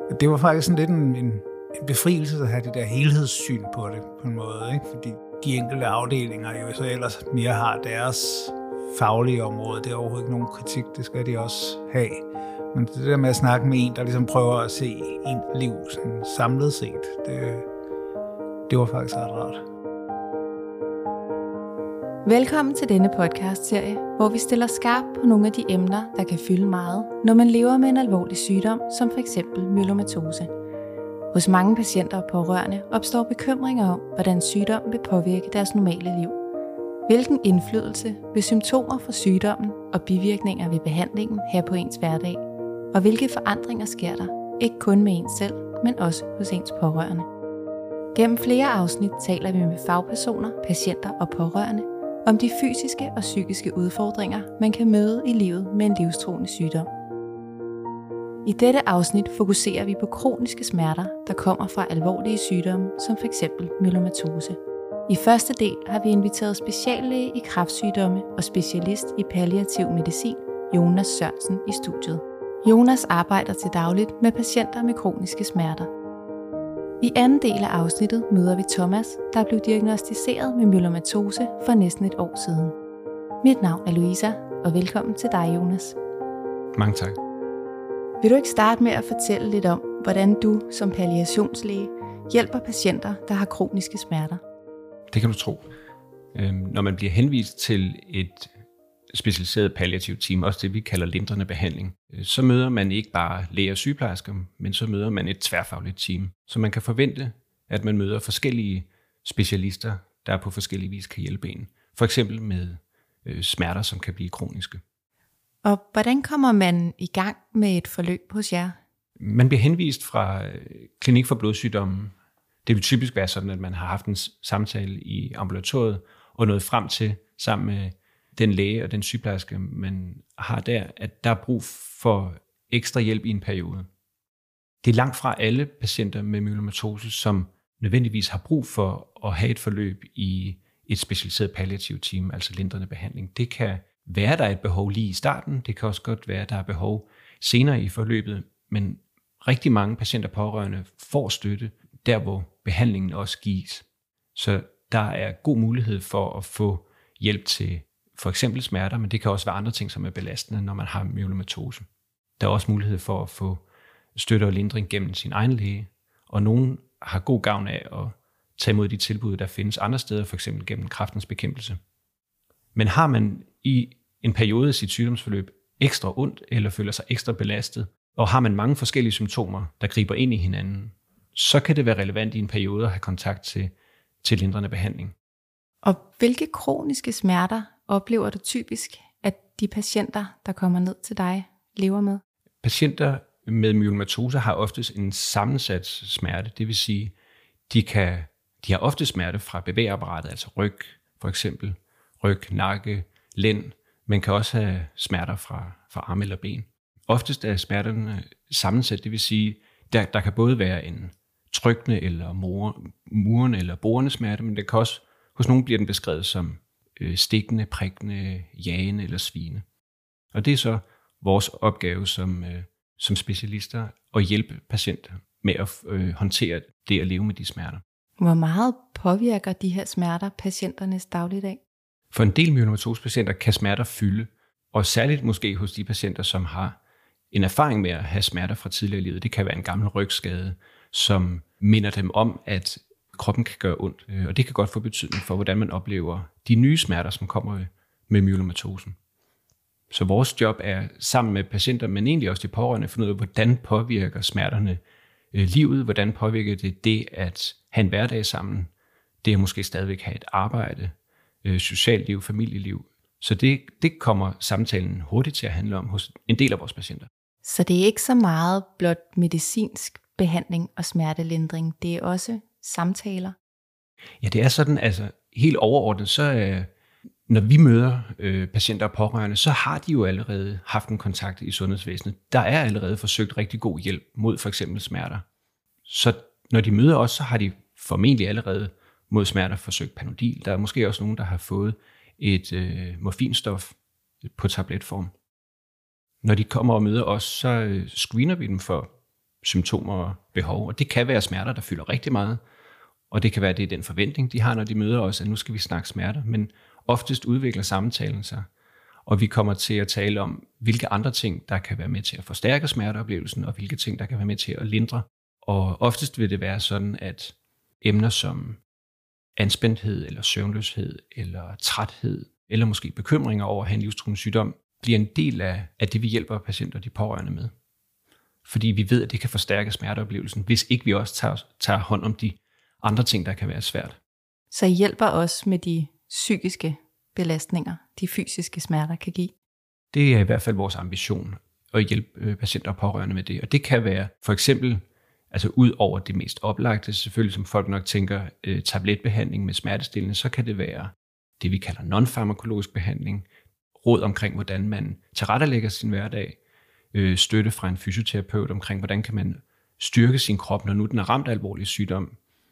Det var faktisk sådan lidt en befrielse at have det der helhedssyn på det på en måde, ikke? Fordi de enkelte afdelinger jo så ellers mere har deres faglige område. Det er overhovedet ikke nogen kritik, det skal de også have. Men det der med at snakke med en, der ligesom prøver at se ens liv sådan samlet set, det var faktisk ret rart. Velkommen til denne podcast-serie, hvor vi stiller skarpt på nogle af de emner, der kan fylde meget, når man lever med en alvorlig sygdom, som f.eks. myelomatose. Hos mange patienter og pårørende opstår bekymringer om, hvordan sygdommen vil påvirke deres normale liv. Hvilken indflydelse vil symptomer fra sygdommen og bivirkninger ved behandlingen have på ens hverdag? Og hvilke forandringer sker der, ikke kun med ens selv, men også hos ens pårørende? Gennem flere afsnit taler vi med fagpersoner, patienter og pårørende om de fysiske og psykiske udfordringer, man kan møde i livet med en livstruende sygdom. I dette afsnit fokuserer vi på kroniske smerter, der kommer fra alvorlige sygdomme, som f.eks. myelomatose. I første del har vi inviteret speciallæge i kræftsygdomme og specialist i palliativ medicin, Jonas Sørensen, i studiet. Jonas arbejder til dagligt med patienter med kroniske smerter. I anden del af afsnittet møder vi Thomas, der blev diagnosticeret med myelomatose for næsten et år siden. Mit navn er Louisa, og velkommen til dig, Jonas. Mange tak. Vil du ikke starte med at fortælle lidt om, hvordan du som palliationslæge hjælper patienter, der har kroniske smerter? Det kan du tro. Når man bliver henvist til et specialiseret palliativt team, også det vi kalder lindrende behandling, så møder man ikke bare læger og sygeplejersker, men så møder man et tværfagligt team. Så man kan forvente, at man møder forskellige specialister, der på forskellige vis kan hjælpe en. For eksempel med smerter, som kan blive kroniske. Og hvordan kommer man i gang med et forløb hos jer? Man bliver henvist fra klinik for blodsygdomme. Det vil typisk være sådan, at man har haft en samtale i ambulatoriet og nået frem til, sammen med den læge og den sygeplejerske, man har der, at der er brug for ekstra hjælp i en periode. Det er langt fra alle patienter med myelomatose, som nødvendigvis har brug for at have et forløb i et specialiseret palliativt team, altså lindrende behandling. Det kan være, der er et behov lige i starten. Det kan også godt være, der er behov senere i forløbet, men rigtig mange patienter og pårørende får støtte der, hvor behandlingen også gives. Så der er god mulighed for at få hjælp til for eksempel smerter, men det kan også være andre ting, som er belastende, når man har myelomatose. Der er også mulighed for at få støtte og lindring gennem sin egen læge, og nogen har god gavn af at tage imod de tilbud, der findes andre steder, for eksempel gennem Kræftens Bekæmpelse. Men har man i en periode af sit sygdomsforløb ekstra ondt, eller føler sig ekstra belastet, og har man mange forskellige symptomer, der griber ind i hinanden, så kan det være relevant i en periode at have kontakt til lindrende behandling. Og hvilke kroniske smerter oplever du typisk, at de patienter, der kommer ned til dig, lever med? Patienter med myelomatose har oftest en sammensat smerte, det vil sige, de har ofte smerte fra bevægeapparatet, altså ryg, for eksempel ryg, nakke, lænd, men kan også have smerter fra arme eller ben. Oftest er smerterne sammensat, det vil sige, der kan både være en trykkende eller murende eller borende smerte, men det kan også, hos nogen bliver den beskrevet som stikkende, prikkende, jagende eller svine. Og det er så vores opgave som specialister at hjælpe patienter med at håndtere det at leve med de smerter. Hvor meget påvirker de her smerter patienternes dagligdag? For en del myelomatose-patienter kan smerter fylde, og særligt måske hos de patienter, som har en erfaring med at have smerter fra tidligere i livet. Det kan være en gammel rygskade, som minder dem om, at kroppen kan gøre ondt, og det kan godt få betydning for, hvordan man oplever de nye smerter, som kommer med myelomatosen. Så vores job er sammen med patienter, men egentlig også de pårørende, at finde ud af, hvordan påvirker smerterne livet, hvordan påvirker det at have en hverdag sammen, det at måske stadigvæk have et arbejde, socialt liv, familieliv. Så det kommer samtalen hurtigt til at handle om hos en del af vores patienter. Så det er ikke så meget blot medicinsk behandling og smertelindring, det er også samtaler? Ja, det er sådan, altså helt overordnet, så når vi møder patienter og pårørende, så har de jo allerede haft en kontakt i sundhedsvæsenet. Der er allerede forsøgt rigtig god hjælp mod for eksempel smerter. Så når de møder os, så har de formentlig allerede mod smerter forsøgt Panodil. Der er måske også nogen, der har fået et morfinstof på tabletform. Når de kommer og møder os, så screener vi dem for symptomer og behov. Og det kan være smerter, der fylder rigtig meget, og det kan være, det er den forventning, de har, når de møder os, at nu skal vi snakke smerter. Men oftest udvikler samtalen sig, og vi kommer til at tale om, hvilke andre ting, der kan være med til at forstærke smerteoplevelsen, og hvilke ting, der kan være med til at lindre. Og oftest vil det være sådan, at emner som anspændthed, eller søvnløshed, eller træthed, eller måske bekymringer over at have en livstruende sygdom, bliver en del af det, vi hjælper patienter og de pårørende med. Fordi vi ved, at det kan forstærke smerteoplevelsen, hvis ikke vi også tager hånd om de andre ting, der kan være svært. Så I hjælper også med de psykiske belastninger, de fysiske smerter kan give? Det er i hvert fald vores ambition at hjælpe patienter og pårørende med det. Og det kan være for eksempel, altså ud over det mest oplagte, selvfølgelig som folk nok tænker, tabletbehandling med smertestillende, så kan det være det, vi kalder non-farmakologisk behandling, råd omkring, hvordan man tilrettelægger sin hverdag, støtte fra en fysioterapeut omkring, hvordan kan man styrke sin krop, når nu den er ramt af alvorlig sygdom.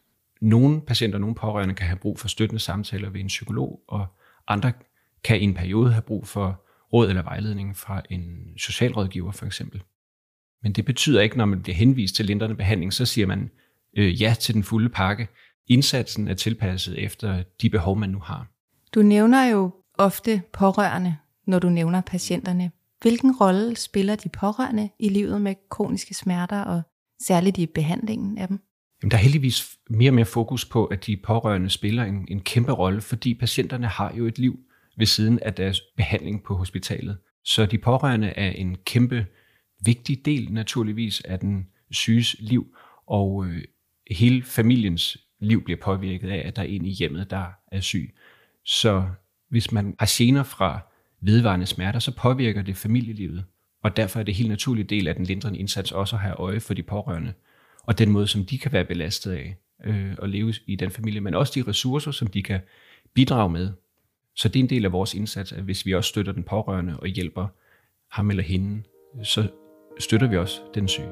Nogle patienter, nogle pårørende kan have brug for støttende samtaler ved en psykolog, og andre kan i en periode have brug for råd eller vejledning fra en socialrådgiver for eksempel. Men det betyder ikke, når man bliver henvist til lindrende behandling, så siger man ja til den fulde pakke. Indsatsen er tilpasset efter de behov, man nu har. Du nævner jo ofte pårørende, når du nævner patienterne. Hvilken rolle spiller de pårørende i livet med kroniske smerter, og særligt i behandlingen af dem? Jamen, der er heldigvis mere og mere fokus på, at de pårørende spiller en kæmpe rolle, fordi patienterne har jo et liv ved siden af deres behandling på hospitalet. Så de pårørende er en kæmpe vigtig del naturligvis af den syges liv, og hele familiens liv bliver påvirket af, at der er en i hjemmet, der er syg. Så hvis man har gener fra vedvarende smerter, så påvirker det familielivet, og derfor er det helt naturlig del af den lindrende indsats også at have øje for de pårørende, og den måde, som de kan være belastet af at leve i den familie, men også de ressourcer, som de kan bidrage med. Så det er en del af vores indsats, at hvis vi også støtter den pårørende og hjælper ham eller hende, så støtter vi også den syge.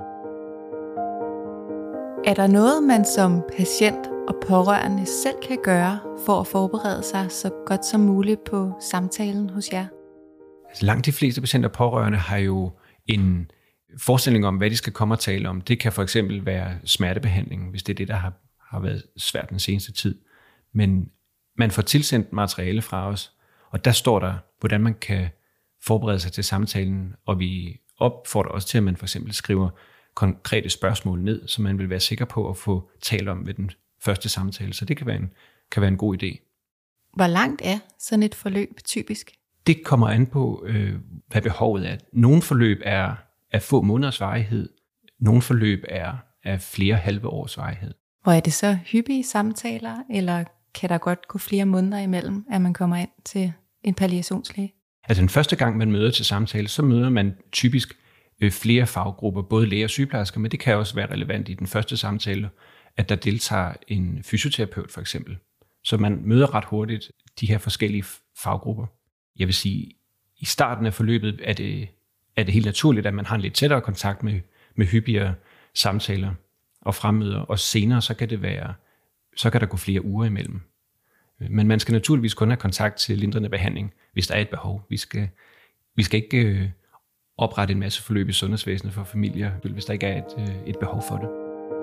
Er der noget, man som patient og pårørende selv kan gøre for at forberede sig så godt som muligt på samtalen hos jer? Altså, langt de fleste patienter og pårørende har jo en forestilling om, hvad de skal komme og tale om. Det kan for eksempel være smertebehandling, hvis det er det, der har været svært den seneste tid. Men man får tilsendt materiale fra os, og der står der, hvordan man kan forberede sig til samtalen, og vi opfordrer også til, at man for eksempel skriver konkrete spørgsmål ned, så man vil være sikker på at få talt om ved den første samtale. Så det kan være en god idé. Hvor langt er sådan et forløb typisk? Det kommer an på, hvad behovet er. Nogle forløb er få måneders varighed. Nogle forløb er flere halve års varighed. Og er det så hyppige samtaler, eller kan der godt gå flere måneder imellem, at man kommer ind til en palliationslæge? Altså den første gang, man møder til samtale, så møder man typisk flere faggrupper, både læger og sygeplejersker, men det kan også være relevant i den første samtale, at der deltager en fysioterapeut for eksempel. Så man møder ret hurtigt de her forskellige faggrupper. Jeg vil sige, i starten af forløbet er det helt naturligt, at man har en lidt tættere kontakt med hyppigere samtaler og fremmøder, og senere så kan der gå flere uger imellem. Men man skal naturligvis kun have kontakt til lindrende behandling, hvis der er et behov. Vi skal ikke oprette en masse forløb i sundhedsvæsenet for familier, hvis der ikke er et behov for det.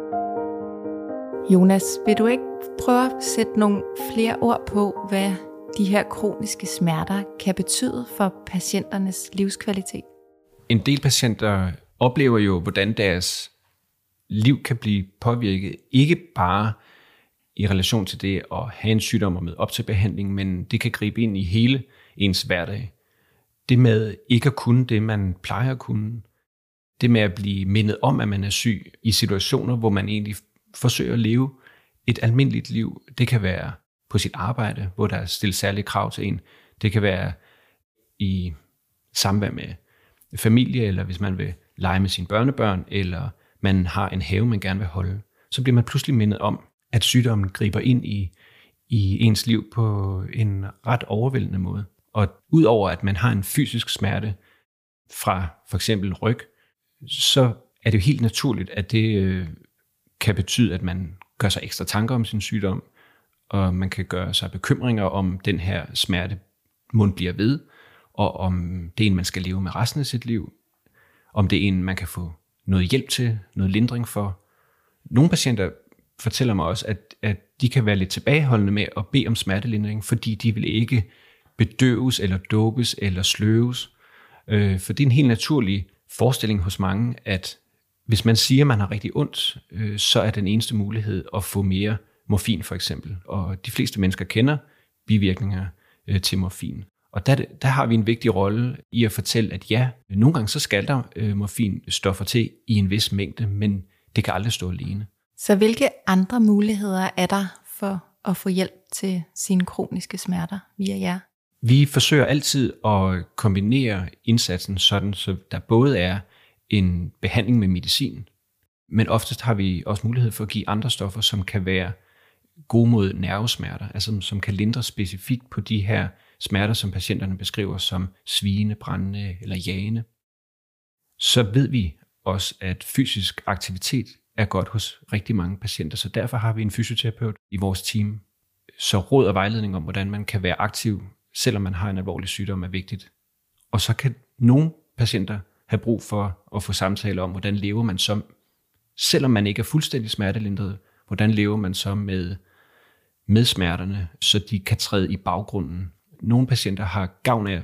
Jonas, vil du ikke prøve at sætte nogle flere ord på, hvad de her kroniske smerter kan betyde for patienternes livskvalitet? En del patienter oplever jo, hvordan deres liv kan blive påvirket, ikke bare i relation til det at have en sygdom og møde op til behandling, men det kan gribe ind i hele ens hverdag. Det med ikke at kunne det, man plejer at kunne. Det med at blive mindet om, at man er syg i situationer, hvor man egentlig forsøger at leve et almindeligt liv. Det kan være på sit arbejde, hvor der er stillet særlige krav til en. Det kan være i samvær med familie, eller hvis man vil lege med sine børnebørn, eller man har en have, man gerne vil holde. Så bliver man pludselig mindet om, at sygdommen griber ind i ens liv på en ret overvældende måde. Og udover at man har en fysisk smerte fra for eksempel ryg, så er det jo helt naturligt, at det kan betyde, at man gør sig ekstra tanker om sin sygdom, og man kan gøre sig bekymringer om den her smerte mund bliver ved, og om det er en, man skal leve med resten af sit liv, om det er en, man kan få noget hjælp til, noget lindring for. Nogle patienter fortæller mig også, at de kan være lidt tilbageholdende med at bede om smertelindring, fordi de vil ikke bedøves eller dopes eller sløves. For det er en helt naturlig forestilling hos mange, at hvis man siger, at man har rigtig ondt, så er den eneste mulighed at få mere morfin for eksempel. Og de fleste mennesker kender bivirkninger til morfin. Og der har vi en vigtig rolle i at fortælle, at ja, nogle gange så skal der morfinstoffer til i en vis mængde, men det kan aldrig stå alene. Så hvilke andre muligheder er der for at få hjælp til sine kroniske smerter via jer? Vi forsøger altid at kombinere indsatsen sådan, så der både er en behandling med medicin, men oftest har vi også mulighed for at give andre stoffer, som kan være gode mod nervesmerter, altså som kan lindre specifikt på de her smerter, som patienterne beskriver som svigende, brændende eller jagende. Så ved vi også, at fysisk aktivitet er godt hos rigtig mange patienter, så derfor har vi en fysioterapeut i vores team. Så råd og vejledning om, hvordan man kan være aktiv, selvom man har en alvorlig sygdom, er vigtigt. Og så kan nogle patienter have brug for at få samtaler om, hvordan lever man så, selvom man ikke er fuldstændig smertelindret, hvordan lever man så med smerterne, så de kan træde i baggrunden. Nogle patienter har gavn af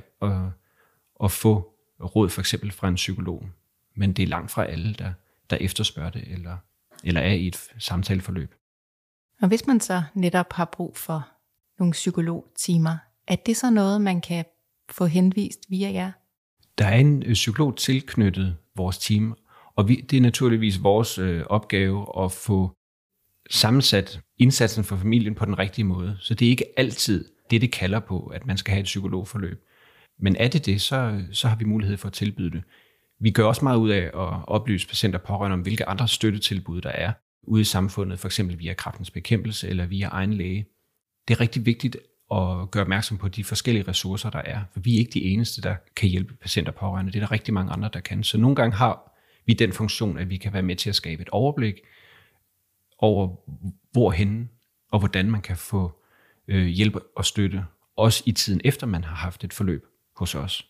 at få råd for eksempel fra en psykolog, men det er langt fra alle, der efterspørger det eller er i et samtaleforløb. Og hvis man så netop har brug for nogle psykologtimer, er det så noget, man kan få henvist via jer? Der er en psykolog tilknyttet vores team, og det er naturligvis vores opgave at få sammensat indsatsen for familien på den rigtige måde. Så det er ikke altid det kalder på, at man skal have et psykologforløb. Men er det, så har vi mulighed for at tilbyde det. Vi gør også meget ud af at oplyse patienter og pårørende om, hvilke andre støttetilbud der er ude i samfundet, for eksempel via Kræftens Bekæmpelse eller via egen læge. Det er rigtig vigtigt at gøre opmærksom på de forskellige ressourcer, der er. For vi er ikke de eneste, der kan hjælpe patienter og pårørende. Det er der rigtig mange andre, der kan. Så nogle gange har vi den funktion, at vi kan være med til at skabe et overblik over, hvorhenne og hvordan man kan få hjælp og støtte, også i tiden efter man har haft et forløb hos os.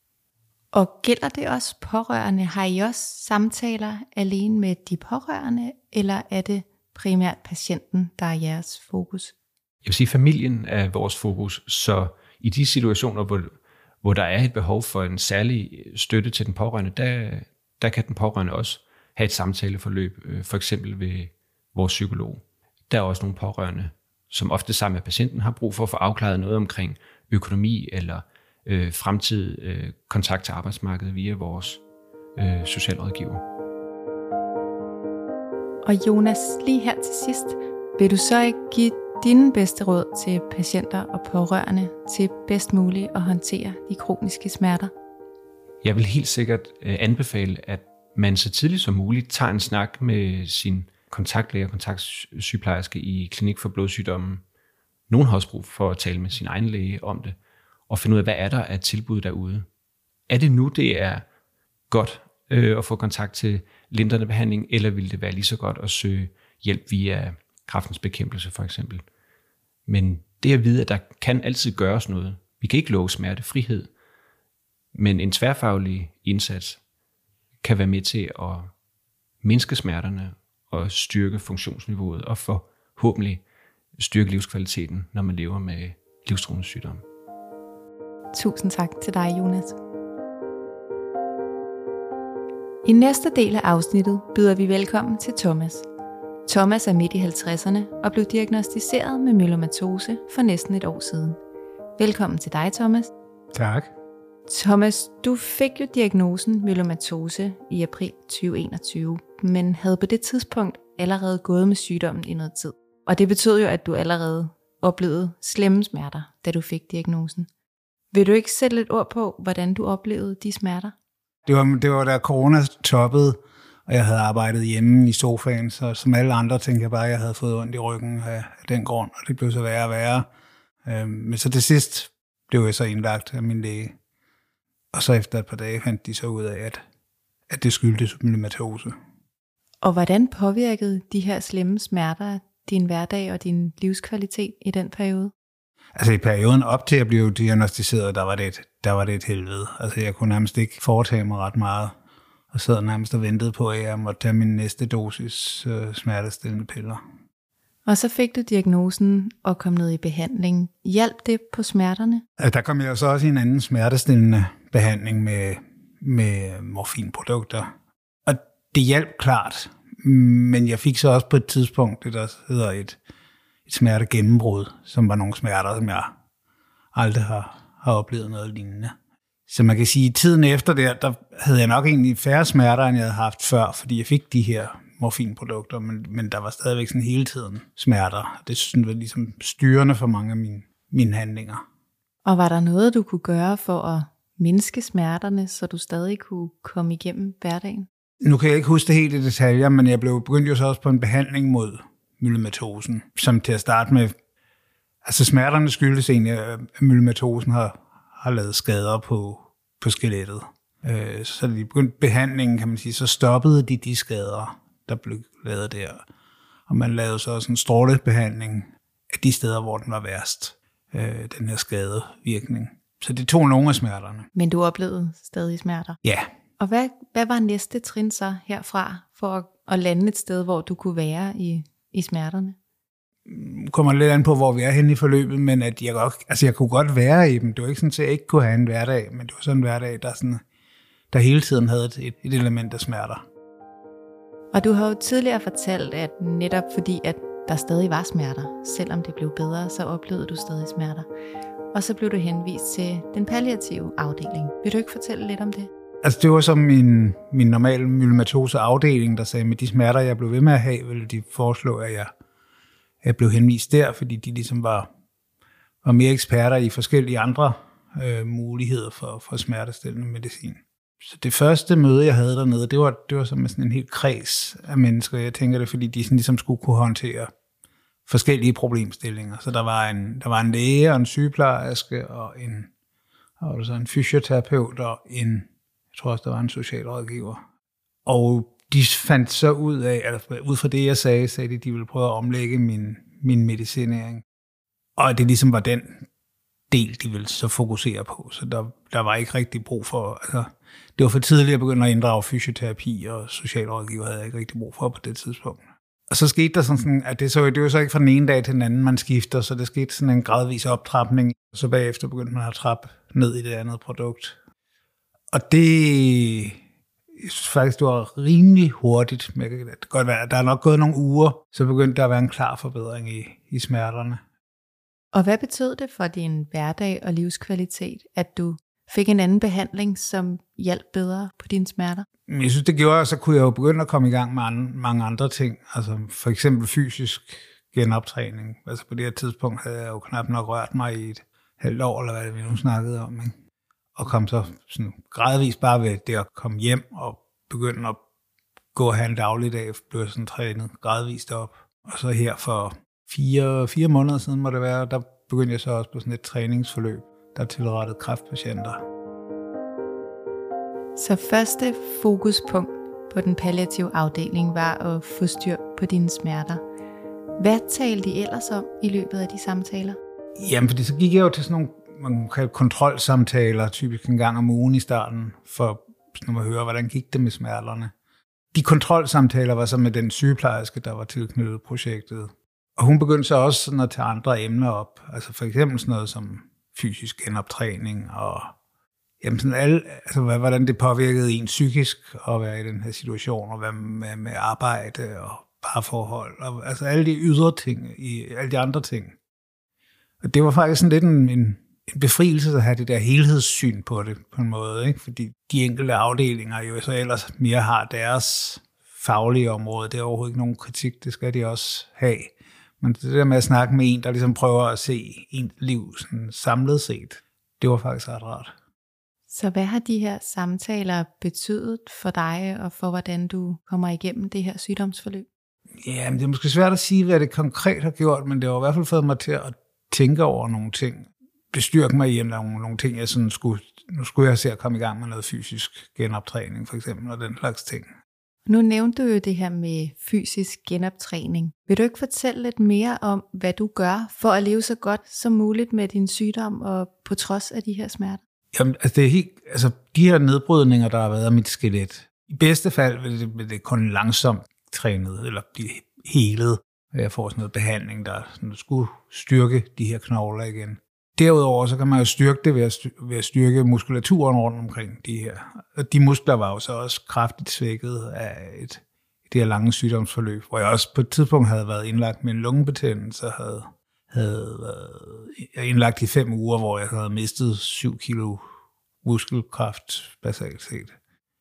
Og gælder det også pårørende? Har I også samtaler alene med de pårørende, eller er det primært patienten, der er jeres fokus? Jeg vil sige, at familien er vores fokus, så i de situationer, hvor der er et behov for en særlig støtte til den pårørende, der kan den pårørende også have et samtaleforløb, for eksempel ved vores psykolog. Der er også nogle pårørende, som ofte sammen med patienten har brug for at få afklaret noget omkring økonomi eller fremtidig kontakt til arbejdsmarkedet via vores socialrådgiver. Og Jonas, lige her til sidst, vil du så ikke give dine bedste råd til patienter og pårørende til bedst muligt at håndtere de kroniske smerter? Jeg vil helt sikkert anbefale, at man så tidligt som muligt tager en snak med sin kontaktlæge og kontaktsygeplejerske i Klinik for Blodsygdomme. Nogle har også brug for at tale med sin egen læge om det, og finde ud af, hvad er der af tilbud derude. Er det nu, det er godt at få kontakt til lindrende behandling, eller vil det være lige så godt at søge hjælp via Kræftens Bekæmpelse for eksempel? Men det at vide, at der kan altid gøres noget. Vi kan ikke love smertefrihed, men en tværfaglig indsats kan være med til at mindske smerterne og styrke funktionsniveauet og forhåbentlig styrke livskvaliteten, når man lever med livstruende sygdom. Tusind tak til dig, Jonas. I næste del af afsnittet byder vi velkommen til Thomas. Thomas er midt i 50'erne og blev diagnosticeret med myelomatose for næsten et år siden. Velkommen til dig, Thomas. Tak. Thomas, du fik jo diagnosen myelomatose i april 2021, men havde på det tidspunkt allerede gået med sygdommen i noget tid. Og det betød jo, at du allerede oplevede slemme smerter, da du fik diagnosen. Vil du ikke sætte lidt ord på, hvordan du oplevede de smerter? Det var da corona toppede, og jeg havde arbejdet hjemme i sofaen, så som alle andre tænkte jeg bare, at jeg havde fået ondt i ryggen af den grund, og det blev så værre og værre. Men så til sidst blev jeg så indlagt af min læge. Og så efter et par dage fandt de så ud af, at det skyldtes myelomatose. Og hvordan påvirkede de her slemme smerter din hverdag og din livskvalitet i den periode? Altså i perioden op til at blive diagnosticeret, der var det et helvede. Altså jeg kunne nærmest ikke foretage mig ret meget. og sad nærmest og ventede på, at jeg måtte tage min næste dosis smertestillende piller. Og så fik du diagnosen og kom ned i behandling. Hjalp det på smerterne? Der kom jeg så også i en anden smertestillende behandling med morfinprodukter. Og det hjalp klart, men jeg fik så også på et tidspunkt det, der hedder et smertegennembrud, som var nogle smerter, som jeg aldrig har oplevet noget lignende. Så man kan sige, at tiden efter der havde jeg nok egentlig færre smerter, end jeg havde haft før, fordi jeg fik de her morfinprodukter, men der var stadigvæk sådan hele tiden smerter. Det synes jeg var ligesom styrende for mange af mine handlinger. Og var der noget, du kunne gøre for at mindske smerterne, så du stadig kunne komme igennem hverdagen? Nu kan jeg ikke huske det helt i detaljer, men jeg begyndte jo så også på en behandling mod myelomatosen, som til at starte med, altså smerterne skyldes egentlig, at myelomatosen har lavet skader på skelettet. Så de begyndte behandlingen, kan man sige, så stoppede de skader, der blev lavet der. Og man lavede så også en strålebehandling af de steder, hvor den var værst, den her skadevirkning. Så det tog nogle af smerterne. Men du oplevede stadig smerter? Ja. Og hvad var næste trin så herfra, for at lande et sted, hvor du kunne være i smerterne? Kommer lidt an på, hvor vi er henne i forløbet, men at jeg kunne godt være i dem. Det var ikke sådan, at jeg ikke kunne have en hverdag, men det var sådan en hverdag, der hele tiden havde et element af smerter. Og du har jo tidligere fortalt, at netop fordi, at der stadig var smerter, selvom det blev bedre, så oplevede du stadig smerter. Og så blev du henvist til den palliative afdeling. Vil du ikke fortælle lidt om det? Altså det var som min normale myelomatose afdeling, der sagde, med de smerter, jeg blev ved med at have, ville de foreslå, at jeg blev henvist der, fordi de ligesom var mere eksperter i forskellige andre muligheder for smertestillende medicin. Så det første møde, jeg havde dernede, det var som sådan en hel kreds af mennesker. Jeg tænker det, fordi de sådan ligesom skulle kunne håndtere forskellige problemstillinger. Så der var en læge og en sygeplejerske og en fysioterapeut og jeg tror også, der var en socialrådgiver. Og de fandt så ud fra det, jeg sagde de ville prøve at omlægge min medicinering. Og det ligesom var den del, de ville så fokusere på. Så der var ikke rigtig brug for, altså det var for tidligt at begynde at inddrage fysioterapi, og socialrådgiver havde jeg ikke rigtig brug for på det tidspunkt. Og så skete der sådan, at det var så ikke fra den ene dag til den anden, man skifter, så det skete sådan en gradvis optrapning. Så bagefter begyndte man at trappe ned i det andet produkt. Og det, jeg synes faktisk, det var rimelig hurtigt. Men det kan godt være, at der er nok gået nogle uger, så begyndte der at være en klar forbedring i smerterne. Og hvad betød det for din hverdag og livskvalitet, at du fik en anden behandling, som hjalp bedre på dine smerter? Jeg synes, det gjorde, så kunne jeg jo begynde at komme i gang med mange andre ting. Altså for eksempel fysisk genoptræning. Altså på det her tidspunkt havde jeg jo knap nok rørt mig i et halvt år, eller hvad det vi nu snakkede om, ikke? Og kom så sådan gradvist bare ved det at komme hjem og begynde at gå og have en dagligdag, blev sådan trænet gradvist op. Og så her for 4 måneder siden må det være, der begyndte jeg så også på sådan et træningsforløb, der er tilrettet kræftpatienter. Så første fokuspunkt på den palliative afdeling var at få styr på dine smerter. Hvad talte I ellers om i løbet af de samtaler? Jamen, fordi så gik jeg jo til sådan nogle kontrolsamtaler, typisk en gang om ugen i starten, for sådan at høre, hvordan gik det med smerterne. De kontrolsamtaler var så med den sygeplejerske, der var tilknyttet projektet. Og hun begyndte så også sådan at tage andre emner op. Altså for eksempel sådan noget som fysisk genoptræning og jamen sådan hvordan det påvirkede en psykisk at være i den her situation, og hvad med arbejde og parforhold, og altså alle de ydre ting, alle de andre ting. Og det var faktisk sådan lidt en befrielse at have det der helhedssyn på det på en måde, ikke? Fordi de enkelte afdelinger jo så ellers mere har deres faglige område. Det er overhovedet ikke nogen kritik, det skal de også have. Men det der med at snakke med en, der ligesom prøver at se ens liv sådan samlet set, det var faktisk ret rart. Så hvad har de her samtaler betydet for dig, og for hvordan du kommer igennem det her sygdomsforløb? Ja, men det er måske svært at sige, hvad det konkret har gjort, men det har i hvert fald fået mig til at tænke over nogle ting. Bestyrke mig i nogle ting, jeg sådan nu skulle jeg se at komme i gang med noget fysisk genoptræning, for eksempel, og den slags ting. Nu nævnte du jo det her med fysisk genoptræning. Vil du ikke fortælle lidt mere om, hvad du gør for at leve så godt som muligt med din sygdom og på trods af de her smerter? Jamen, altså de her nedbrydninger, der har været af mit skelet I bedste fald vil det kun langsomt trænet, eller blive helet. Jeg får sådan noget behandling, der sådan, skulle styrke de her knogler igen. Derudover så kan man jo styrke det ved at styrke muskulaturen rundt omkring de her. Og de muskler var jo så også kraftigt svækket af det her lange sygdomsforløb, hvor jeg også på et tidspunkt havde været indlagt med en lungebetændelse, havde været indlagt i 5 uger, hvor jeg havde mistet 7 kilo muskelkraft basalt set.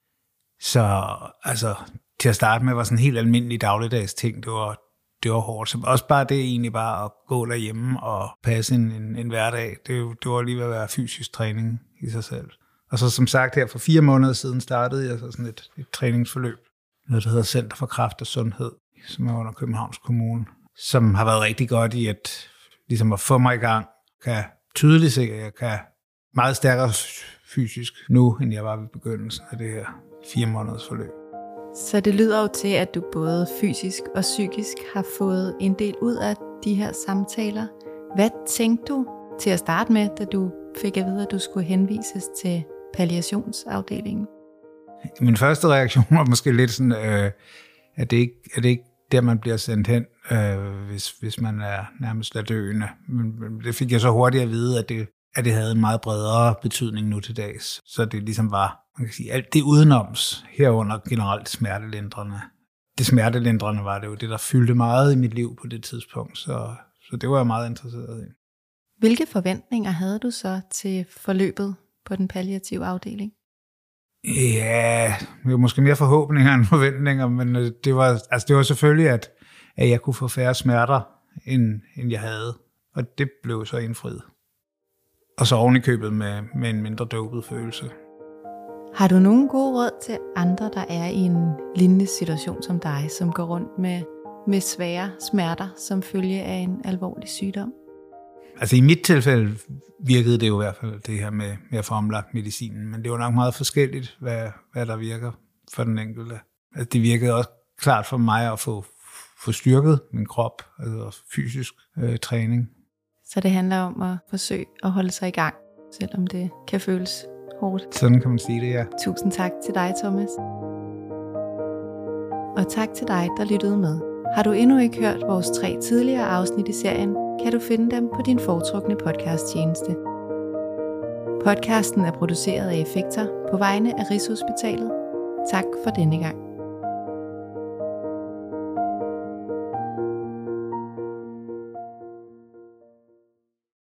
Så altså, til at starte med var sådan en helt almindelig dagligdags ting, det var hårdt. Så også bare det egentlig bare at gå derhjemme og passe en hverdag, det var lige ved at være fysisk træning i sig selv. Og så som sagt her for 4 måneder siden startede jeg så sådan et træningsforløb, noget der hedder Center for Kræft og Sundhed, som er under Københavns Kommune, som har været rigtig godt i ligesom at få mig i gang. Kan tydeligt se, at jeg kan meget stærkere fysisk nu, end jeg var ved begyndelsen af det her 4 måneders forløb. Så det lyder jo til, at du både fysisk og psykisk har fået en del ud af de her samtaler. Hvad tænkte du til at starte med, da du fik at vide, at du skulle henvises til palliationsafdelingen? Min første reaktion var måske lidt sådan, at det ikke der, man bliver sendt hen, hvis man er nærmest døende. Men det fik jeg så hurtigt at vide, at det havde en meget bredere betydning nu til dags. Så det ligesom var, man kan sige, alt det udenoms, herunder generelt smertelindrende. Det smertelindrende var det jo det, der fyldte meget i mit liv på det tidspunkt, så det var jeg meget interesseret i. Hvilke forventninger havde du så til forløbet på den palliative afdeling? Ja, det var måske mere forhåbninger end forventninger, men det var selvfølgelig, at jeg kunne få færre smerter, end jeg havde. Og det blev så indfriet. Og så oven i købet med en mindre dopet følelse. Har du nogen gode råd til andre, der er i en lignende situation som dig, som går rundt med svære smerter som følge af en alvorlig sygdom? Altså i mit tilfælde virkede det jo i hvert fald det her med at få omlagt medicinen, men det var nok meget forskelligt, hvad der virker for den enkelte. Altså det virkede også klart for mig at få styrket min krop, altså fysisk træning. Så det handler om at forsøge at holde sig i gang, selvom det kan føles hårdt. Sådan kan man sige det, ja. Tusind tak til dig, Thomas. Og tak til dig, der lyttede med. Har du endnu ikke hørt vores 3 tidligere afsnit i serien, kan du finde dem på din foretrukne podcasttjeneste. Podcasten er produceret af Effekter på vegne af Rigshospitalet. Tak for denne gang.